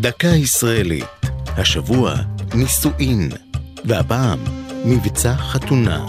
דקה ישראלית. השבוע נישואין, והפעם מבצע חתונה.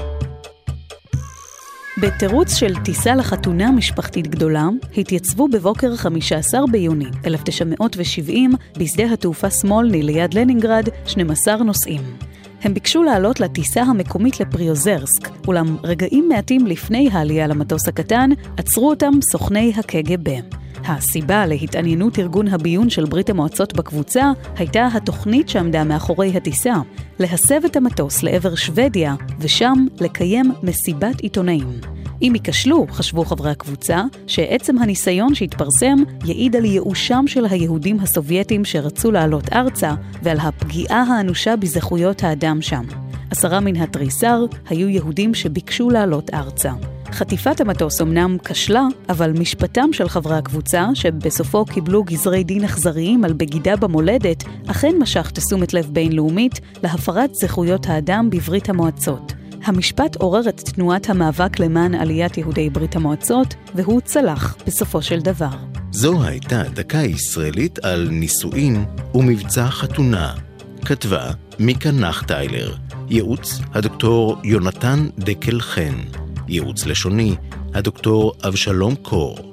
בתירוץ של טיסה לחתונה משפחתית גדולה, התייצבו בבוקר 15 ביוני 1970 בשדה התעופה סמולני ליד לנינגרד 12 נוסעים. הם ביקשו לעלות לטיסה המקומית לפריוזרסק, אולם רגעים מעטים לפני העלייה למטוס הקטן, עצרו אותם סוכני הקג"ב. הסיבה להתעניינות ארגון הביון של ברית המועצות בקבוצה הייתה התוכנית שעמדה מאחורי הטיסה, להסב את המטוס לעבר שוודיה ושם לקיים מסיבת עיתונאים. אם ייכשלו, חשבו חברי הקבוצה, שעצם הניסיון שהתפרסם יעיד על ייאושם של היהודים הסובייטים שרצו לעלות ארצה ועל הפגיעה האנושה בזכויות האדם שם. 10 מן התריסר היו יהודים שביקשו לעלות ארצה. חטיפת המטוס אמנם כשלה, אבל משפטם של חברי הקבוצה, שבסופו קיבלו גזרי דין אכזריים על בגידה במולדת, אכן משך תשומת לב בינלאומית להפרת זכויות האדם בברית המועצות. המשפט עורר את תנועת המאבק למען עליית יהודי ברית המועצות, והוא צלח בסופו של דבר. זו הייתה דקה ישראלית על נישואין ומבצע חתונה. כתבה מיקה נחטיילר. ייעוץ הדוקטור יונתן דקל חן. ייעוץ לשוני הדוקטור אבשלום קור.